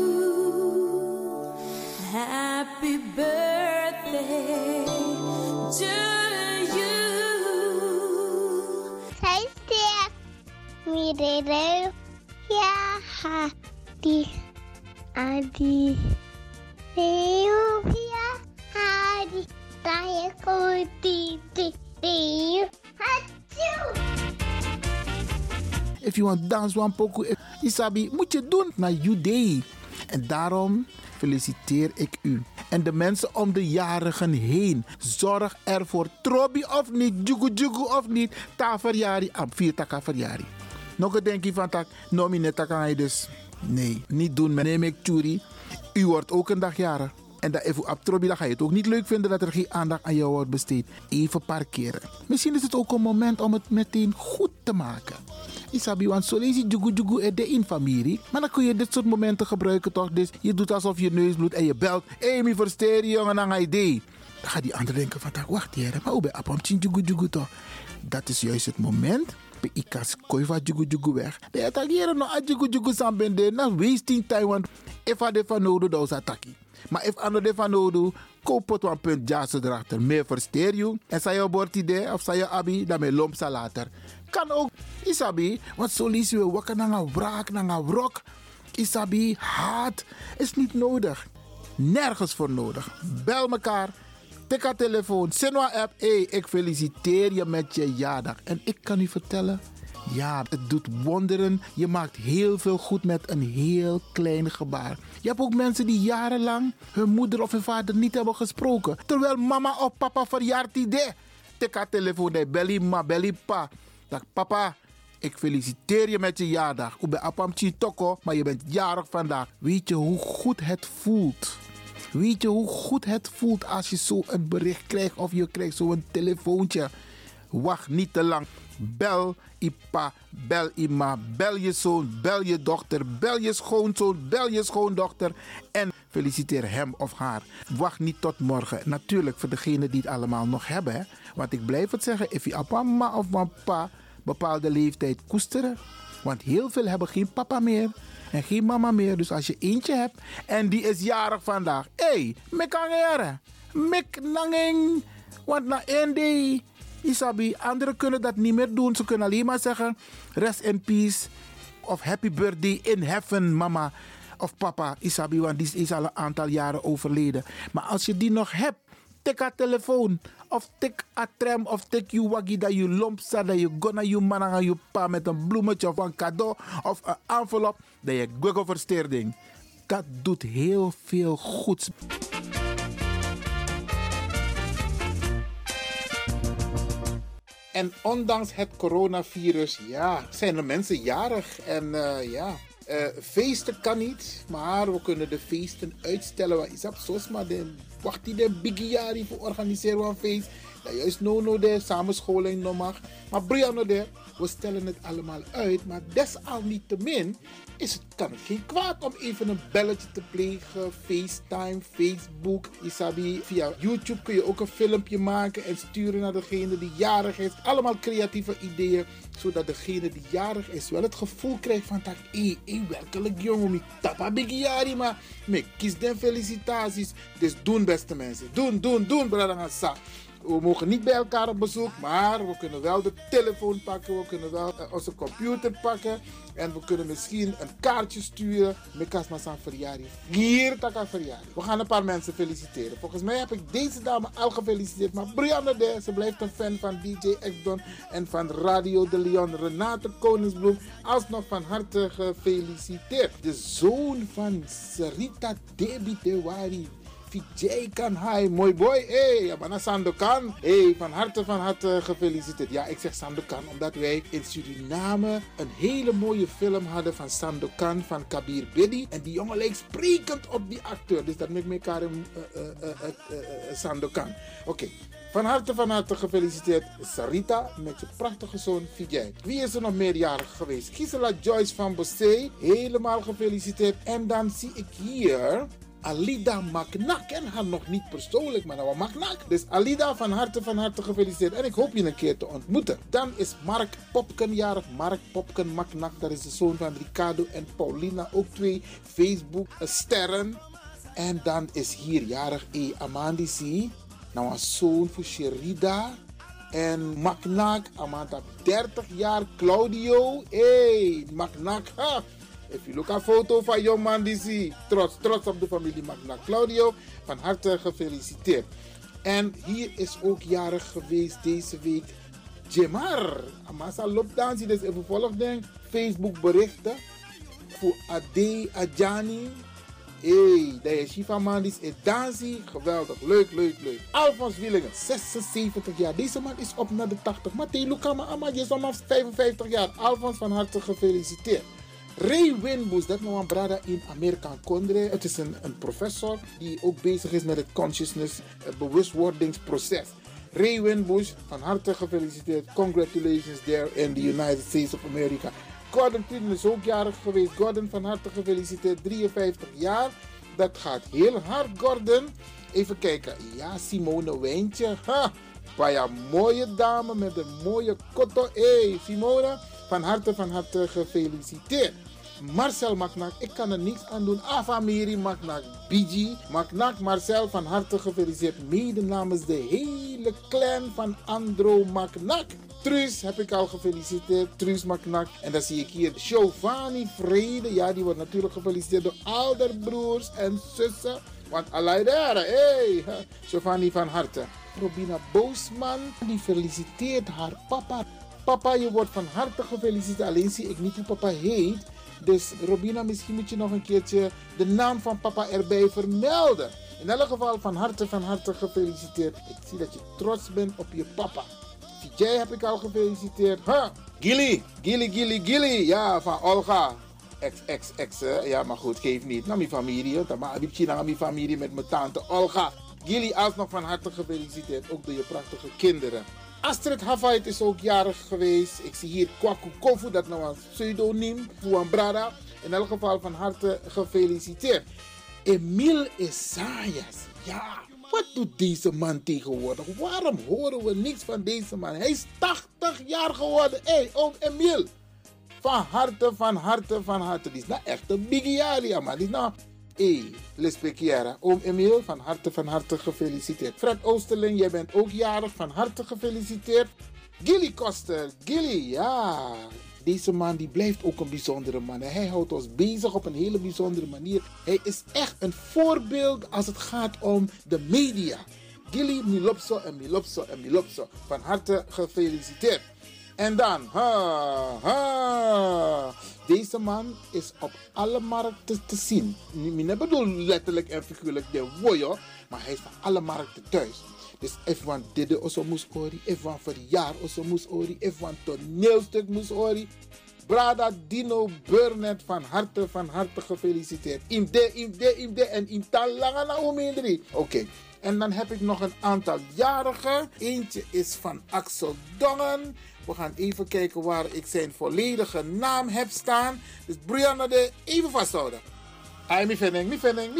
you. Happy birthday to you. Zij sterk, mirere, ja, hadi, adi, ja, hadi, tayo ko titi, hachu. If you want dance one poco, Isabi, moet je doen naar Judee. En daarom feliciteer ik u. En de mensen om de jarigen heen. Zorg ervoor. Trobi of niet, jugu jugu of niet. Ta verjari, am 4 taka verjari. Nog een denkje van tak, nomineta kan je dus. Nee, niet doen. Neem ik Tjuri. U wordt ook een dag jarig. En dat even op Trobi, dan ga je het ook niet leuk vinden dat er geen aandacht aan jou wordt besteed. Even parkeren. Misschien is het ook een moment om het meteen goed te maken. Isabi, want zo lees je jugu jugu de in familie. Maar dan kun je dit soort momenten gebruiken toch. Dus je doet alsof je neus bloedt en je belt. Hé, me versteer je jongen, dan ga je idee. Dan gaat die ander denken van, wacht hier, maar hoe ben je op jugu jugu toch? Dat is juist het moment. Bij ikas kooi van jugu jugu weg. De attackeren nog a jugu jugu sambende. Na wasting time, want if I de van nodig, dan is attackie. Maar if ander de van nodig, koop het een punt jassen erachter. Meer versteer je. En zei je bord idee of zei je abi, dan met lompsa later. Kan ook, Isabi, want zo lees je wakker naar een wraak, naar een wrok. Isabi, haat is niet nodig. Nergens voor nodig. Bel elkaar, tik haar telefoon, Sinwa app. Hey, ik feliciteer je met je jaardag. En ik kan u vertellen, ja, het doet wonderen. Je maakt heel veel goed met een heel klein gebaar. Je hebt ook mensen die jarenlang hun moeder of hun vader niet hebben gesproken. Terwijl mama of papa verjaart idee. Tik haar telefoon, belly ma, belly pa. Dag papa, ik feliciteer je met je jaardag. Ik ben apamchi toko, maar je bent jarig vandaag. Weet je hoe goed het voelt? Weet je hoe goed het voelt als je zo een bericht krijgt of je krijgt zo'n telefoontje? Wacht niet te lang. Bel Ipa, bel Ima, bel je zoon, bel je dochter, bel je schoonzoon, bel je schoondochter en feliciteer hem of haar. Wacht niet tot morgen. Natuurlijk voor degenen die het allemaal nog hebben. Hè? Want ik blijf het zeggen, if je mama of papa bepaalde leeftijd koesteren. Want heel veel hebben geen papa meer en geen mama meer. Dus als je eentje hebt en die is jarig vandaag. Hé, mekangere, meknanging. Want na één day, Isabi, anderen kunnen dat niet meer doen. Ze kunnen alleen maar zeggen, rest in peace. Of happy birthday in heaven, mama of papa. Isabi, want die is al een aantal jaren overleden. Maar als je die nog hebt, tik haar telefoon. Of tik a tram, of tik je waggie dat je lompsa, dat je go naar je man en je pa met een bloemetje of een cadeau of een envelop. Dat je google versteerding. Dat doet heel veel goeds. En ondanks het coronavirus, ja, zijn er mensen jarig. En feesten kan niet, maar we kunnen de feesten uitstellen. Want isap zoals maar wacht die de biggiari voor organiseren we een feest. Dat juist no de samenscholing nog mag. Maar Brianna de, we stellen het allemaal uit. Maar desalniettemin kan het geen kwaad om even een belletje te plegen. FaceTime, Facebook, Isabi. Via YouTube kun je ook een filmpje maken en sturen naar degene die jarig is. Allemaal creatieve ideeën, zodat degene die jarig is wel het gevoel krijgt van dat werkelijk jongen, ik tapa biggiari, maar ik kies de felicitaties. Dus doen beste mensen. Doen, brada. We mogen niet bij elkaar op bezoek, maar we kunnen wel de telefoon pakken, we kunnen wel onze computer pakken en we kunnen misschien een kaartje sturen. Mekas Masan verjaardag. Hier taka verjaardag. We gaan een paar mensen feliciteren. Volgens mij heb ik deze dame al gefeliciteerd, maar Brianna de, ze blijft een fan van DJ X-Don en van Radio de Leon. Renate Koningsbloem, alsnog van harte gefeliciteerd. De zoon van Sarita Debi Dewari. Vijay Kanhai, mooi boy. Hey, Abana Sandokan. Hey, van harte gefeliciteerd. Ja, ik zeg Sandokan omdat wij in Suriname een hele mooie film hadden van Sandokan, van Kabir Bedi. En die jongen lijkt sprekend op die acteur. Dus dat maakt me Karim Sandokan. Oké. Van harte gefeliciteerd Sarita met je prachtige zoon Vijay. Wie is er nog meerjarig geweest? Gisela Joyce van Bossé, helemaal gefeliciteerd. En dan zie ik hier Alida Maknak. En haar nog niet persoonlijk, maar nou Maknak. Dus Alida, van harte gefeliciteerd. En ik hoop je een keer te ontmoeten. Dan is Mark Popken jarig. Mark Popken Maknak, dat is de zoon van Ricardo en Paulina. Ook 2 Facebook sterren. En dan is hier jarig Amandisi Nou, een zoon voor Sherida. En Maknak, Amanda 30 jaar. Claudio, hey, Maknak. Ha. If you look at een foto van jongman die zie, trots op de familie Maknak. Claudio, van harte gefeliciteerd. En hier is ook jarig geweest deze week Jemar. Amasa loopt dan, zie dus even volg denk. Facebook berichten voor Ade Adjani. Hey, dat is Shiva Mandis en Danzi. Geweldig, leuk. Alfons Willingen, 76 jaar. Deze man is op naar de 80. Matthee Lukama Amad is om 55 jaar. Alfons, van harte gefeliciteerd. Ray Winboes, dat is nou een brada in Amerika Kondre. Het is een professor die ook bezig is met het consciousness, bewustwordingsproces. Ray Winboes, van harte gefeliciteerd. Congratulations there in the United States of America. Gordon Clinton is ook jarig geweest. Gordon, van harte gefeliciteerd. 53 jaar. Dat gaat heel hard, Gordon. Even kijken. Ja, Simone Wijntje. Ha! Bij een mooie dame met een mooie kotto. Hey, Simone, van harte gefeliciteerd. Marcel Maknak, ik kan er niks aan doen. Afamiri Maknak, Biji Maknak, Marcel, van harte gefeliciteerd. Mede namens de hele clan van Andro Maknak. Truus heb ik al gefeliciteerd, Truus Maknak. En dan zie ik hier Giovanni Vrede. Ja, die wordt natuurlijk gefeliciteerd door al de broers en zussen. Want allee daar, hey, Giovanni van harte. Robina Boosman, die feliciteert haar papa. Papa, je wordt van harte gefeliciteerd. Alleen zie ik niet hoe papa heet. Dus Robina, misschien moet je nog een keertje de naam van papa erbij vermelden. In elk geval van harte gefeliciteerd. Ik zie dat je trots bent op je papa. VJ heb ik al gefeliciteerd. Ha! Gilly. Ja, van Olga. Ex. Ja, maar goed, geef niet. Naar mijn familie. Maar ik heb naar mijn familie met mijn tante Olga. Gilly, alsnog van harte gefeliciteerd. Ook door je prachtige kinderen. Astrid Havait is ook jarig geweest. Ik zie hier Kwaku Kofu, dat nou een pseudoniem voor een brada. In elk geval van harte gefeliciteerd. Emile Isaias. Ja, wat doet deze man tegenwoordig? Waarom horen we niks van deze man? Hij is 80 jaar geworden. Hé, oom Emile. Van harte. Die is nou echt een biggie man. Die is nou... Lespekiera. Oom Emile, van harte gefeliciteerd. Fred Oosterling, jij bent ook jarig. Van harte gefeliciteerd. Gilly Koster. Gilly, ja. Deze man die blijft ook een bijzondere man. Hij houdt ons bezig op een hele bijzondere manier. Hij is echt een voorbeeld als het gaat om de media. Gilly, milopso. Van harte gefeliciteerd. En dan, deze man is op alle markten te zien. Ik bedoel letterlijk en figuurlijk de wojo, maar hij is van alle markten thuis. Dus even dede osso moest ori, even verjaar osso moest ori, even toneelstuk moest ori. Brada Dino Burnett, van harte gefeliciteerd. Imde en intalange na omendri. Oké. En dan heb ik nog een aantal jarigen. Eentje is van Axel Dongen. We gaan even kijken waar ik zijn volledige naam heb staan. Dus Brianna, even vasthouden. Hey, mi veneng.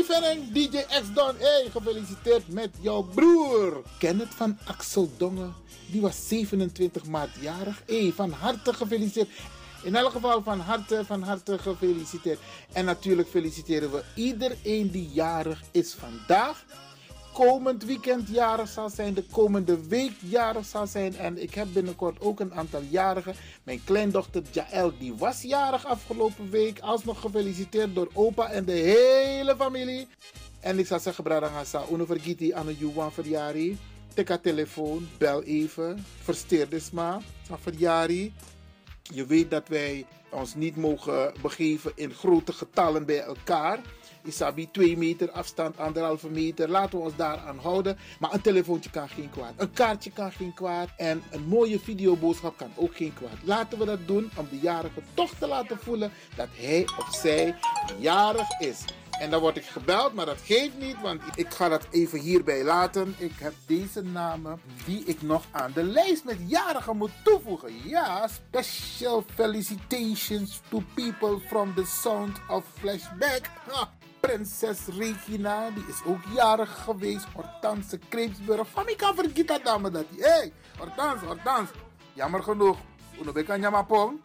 DJ X-Don. Hey, gefeliciteerd met jouw broer. Kenneth van Axel Dongen. Die was 27 maart jarig. Hey, van harte gefeliciteerd. In elk geval van harte gefeliciteerd. En natuurlijk feliciteren we iedereen die jarig is vandaag. Komend weekend jarig zal zijn, de komende week jarig zal zijn. En ik heb binnenkort ook een aantal jarigen. Mijn kleindochter Jaël, die was jarig afgelopen week. Alsnog gefeliciteerd door opa en de hele familie. En ik zou zeggen, brada Hassa, uno vergiti aan de Juwan verjari. Teka telefoon, bel even. Versteer dus maar, verjari. Je weet dat wij ons niet mogen begeven in grote getallen bij elkaar. Isabi 2 meter afstand, 1,5 meter. Laten we ons daaraan houden. Maar een telefoontje kan geen kwaad. Een kaartje kan geen kwaad. En een mooie videoboodschap kan ook geen kwaad. Laten we dat doen om de jarige toch te laten voelen dat hij of zij jarig is. En dan word ik gebeld, maar dat geeft niet, want ik ga dat even hierbij laten. Ik heb deze namen die ik nog aan de lijst met jarigen moet toevoegen. Ja, special felicitations to people from the sound of Flashback. Prinses Regina, die is ook jarig geweest. Hortense Kreepsburg. Van mij kan vergeten dat dame dat. Hey, Hortense. Jammer genoeg. Uno bekan jamapong.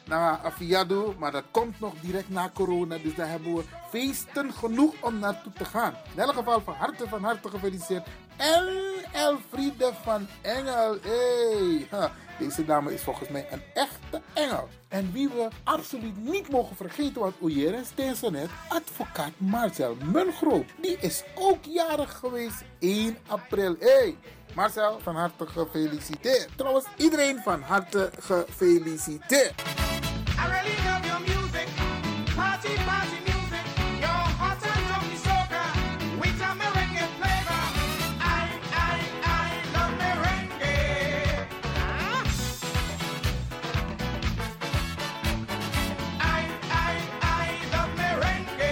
naar Afiado, maar dat komt nog direct na corona. Dus daar hebben we feesten genoeg om naartoe te gaan. In elk geval van harte gefeliciteerd. En Elfriede van Engel. Hey. Deze dame is volgens mij een echte engel. En wie we absoluut niet mogen vergeten, want Oeier zei zo net, advocaat Marcel Mungroop. Die is ook jarig geweest 1 april. Hey, Marcel, van harte gefeliciteerd. Trouwens, iedereen van harte gefeliciteerd. I really love your music, party music, your hot and funky soca, with a merengue flavor. I love merengue. I love merengue.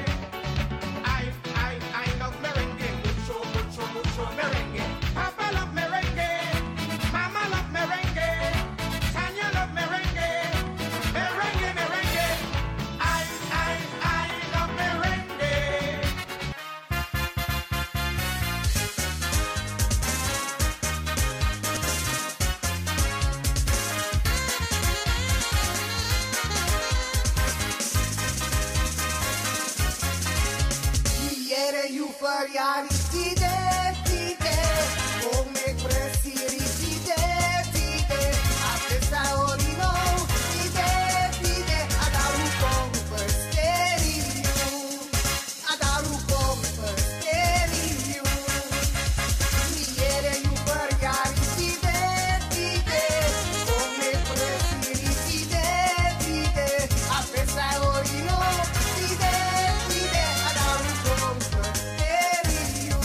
I love merengue, mucho merengue. Papa love merengue, Mama love merengue, Tanya love merengue. Merengue, merengue, I love merengue. Ieri you verjaar is die de, come presiri die de, apesa orino, die adaru com stereo, adaru com stereo. Ieri you verjaar is die de, come presiri die de, apesa orino, die adaru com stereo.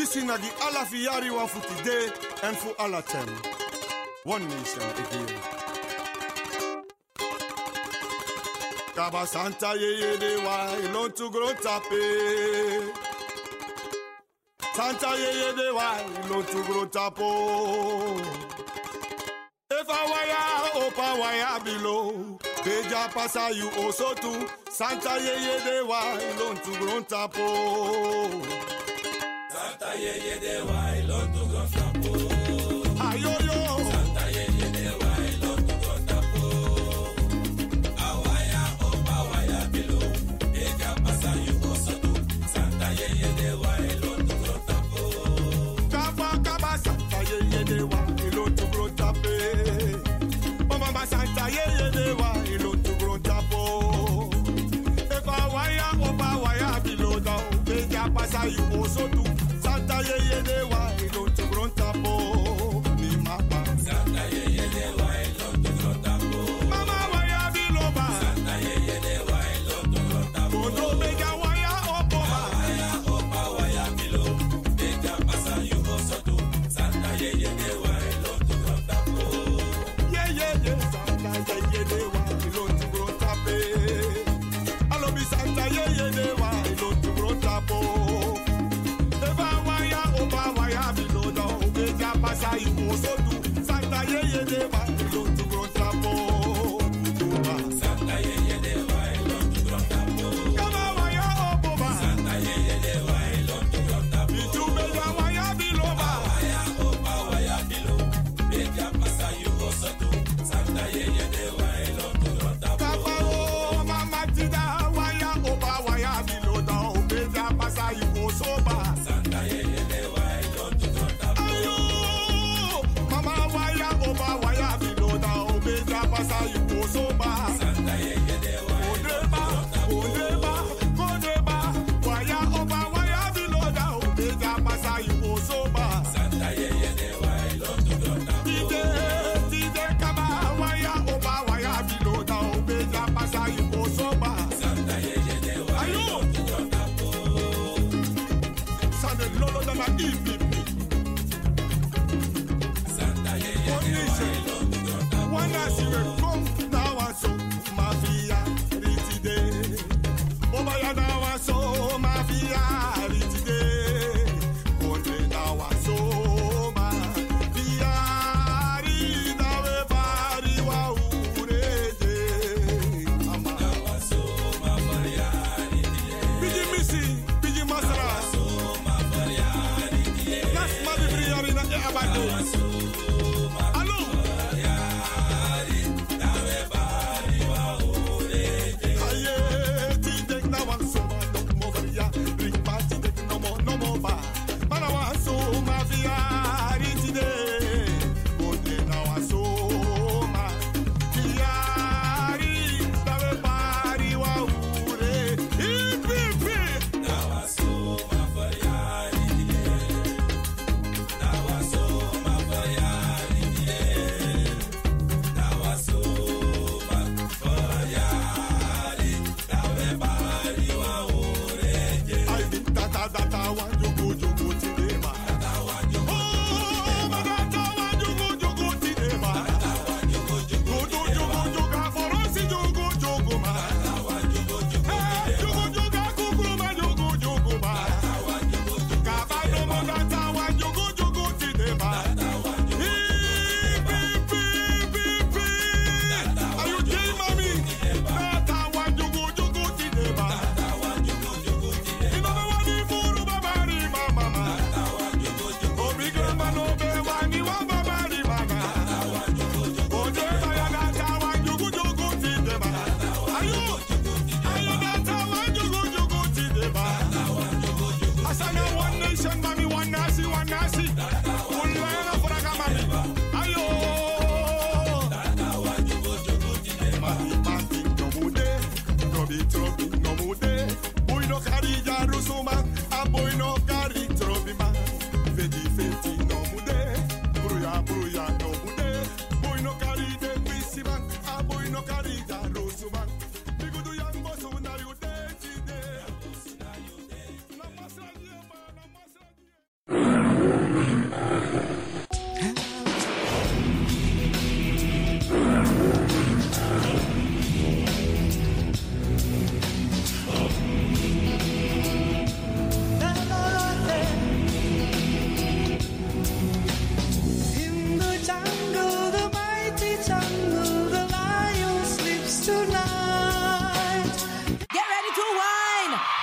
Disi nagi alla fiari wa futide en fu alla tem. One nation again. Kaba Santa ye de wa ilon to grow tape. Santa ye de wa ilon to grow tapo. If I wire opa wire below, Beja pasa you also too. Santa ye de wa ilon to grow tapo. Santa ye de wa ilon to grow tapo. Ayoyo. Santa ye de wa ilon to grow tapo. Awaya opa wire below, Beja pasa you also too. Santa ye de wa ilon to grow tapo. Kaba Santa ye de wa ilon to grow tapo. Mama Santa ye de wa ilon to grow tapo. If I wire opa wire below down, Beja pasa you also too. Santa ye de wa ilon to grow tapo. Ni mama Santa ye de wa ilon to grow tapo. Mama wire below ba Santa ye de wa ilon to grow tapo. Odo Beja wire opa wire below. Beja pasa you also too. Santa ye de wa ilon to grow tapo. Yeah Santa ye de wa ilon to grow tapo. Alo bi Santa ye de wa ilon to grow tapo. Pasa you also do Santa ye de wa ilon to grow tapo. Santa ye de wa ilon to grow tapo. Kama wa ya opo Santa ye de wa ilon to grow tapo. Bitu beja wa ya biloba. Wa ya opa wa ya bilo. Beja pasa you also do Santa ye de wa ilon to grow tapo. Kapa o mama tida wa ya opa wa ya bilo da. Beja pasa you also ba. Santa ye de wa ilon to grow tapo. Oba waya below down, Beja pasa you also ba. Santa ye de wa Odeba, waya oba waya below down, Beja pasa you also ba. Santa ye de wa ilon to grow tapo. Tide kaba waya oba waya below down, Beja pasa you also ba. Santa ye de wa ilon to grow tapo. Santa lolo da ma EPP. Wanna see me come now and so mafia ritide. Oba ya now and so mafia ritide. Konde now and so mafia ritide. We bari wa ureje. Ama now and so mafia ritide. Bigi misi, bigi masra. So mafia ritide. That's my bibri na e abado. Mafia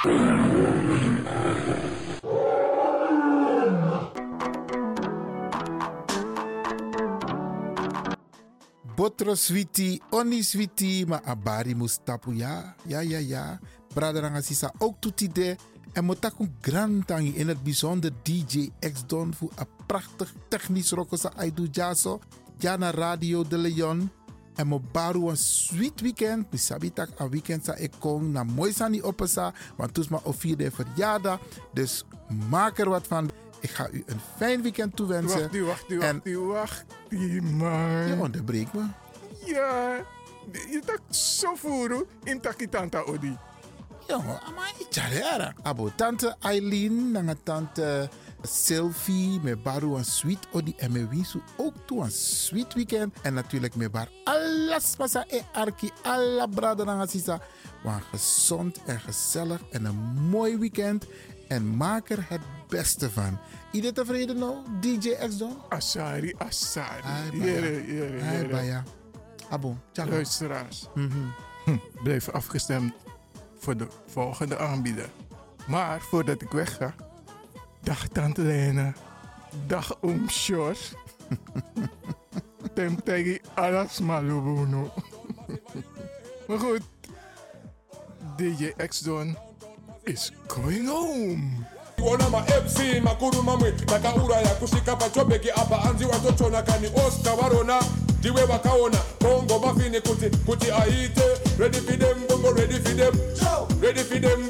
Botro switi, oni switi, maar abari mustapu ja. Ja. Braderanga sisa ook toetide. En motaku grantangi in het bijzonder DJ X-Don voor een prachtig technisch rokosa aidu jaso. Jana Radio de Leon. En mo baru een sweet weekend. Misabitak een weekend sa ik kon na mooi sani opesa. Want toen is maar vierde verjaardag. Dus maak er wat van. Ik ga u een fijn weekend toewensen. Wacht, man. Je onderbreekt me. Ja, je tak zo voeren in takitanta odi. Ja, maar ik jaren. Abo tante Eileen, nanga tante Sylvie, met baru een sweet odi en me wisu ook toe een sweet weekend. En natuurlijk met bar alles masa e arki, alla brada nanga sisa. Maar gezond en gezellig en een mooi weekend. En maak er het beste van. Iedereen tevreden nou, DJ X-Don? Asari. Hai baya. Abo, luisteraars. Blijf afgestemd voor de volgende aanbieder. Maar voordat ik wegga, dag Tante Lena, dag Oom Sjors. Temtegi alas malubuno. Maar goed, DJ X-Don is going home. Ona ma FC makuru mamwe nakaura ya kushika pachobeki apa anzi watochona kani Oscar warona diwe wakaona bongo mafini kuti aite ready for them bongo ready for them